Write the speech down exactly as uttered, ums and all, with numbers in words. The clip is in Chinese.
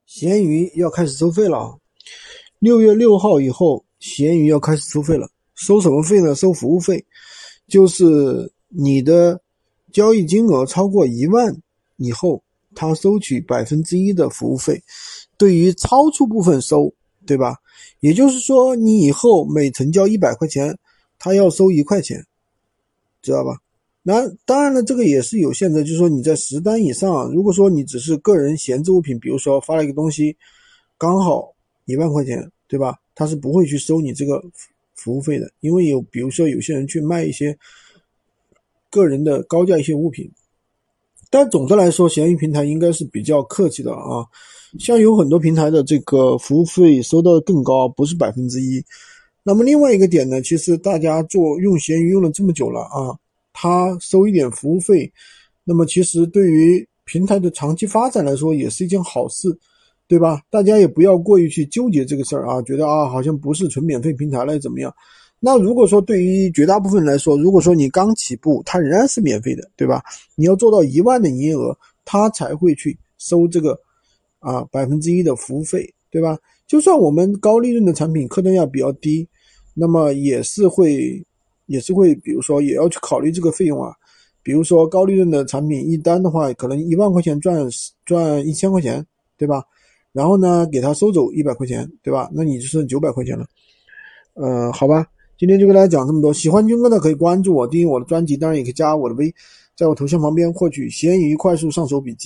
闲鱼要开始收费了啊！六月六号以后，闲鱼要开始收费了。收什么费呢？收服务费，就是你的交易金额超过一万以后，他收取百分之一的服务费。对于超出部分收，对吧？也就是说，你以后每成交一百块钱，他要收一块钱，知道吧？那当然了，这个也是有限的，就是说你在十单以上，如果说你只是个人闲置物品，比如说发了一个东西，刚好一万块钱，对吧？他是不会去收你这个服务费的，因为有比如说有些人去卖一些个人的高价一些物品。但总的来说，闲鱼平台应该是比较客气的啊，像有很多平台的这个服务费收到的更高，不是百分之一。那么另外一个点呢，其实大家做用闲鱼用了这么久了啊，他收一点服务费，那么其实对于平台的长期发展来说也是一件好事，对吧？大家也不要过于去纠结这个事儿啊，觉得啊好像不是纯免费平台了怎么样？那如果说对于绝大部分人来说，如果说你刚起步，它仍然是免费的，对吧？你要做到一万的营业额，它才会去收这个啊百分之一的服务费，对吧？就算我们高利润的产品客单价比较低，那么也是会也是会比如说也要去考虑这个费用啊。比如说高利润的产品一单的话，可能一万块钱赚赚一千块钱，对吧？然后呢给他收走一百块钱，对吧？那你就剩九百块钱了。呃好吧，今天就跟大家讲这么多。喜欢军哥的可以关注我，订阅我的专辑，当然也可以加我的微，在我头像旁边获取闲鱼快速上手笔记。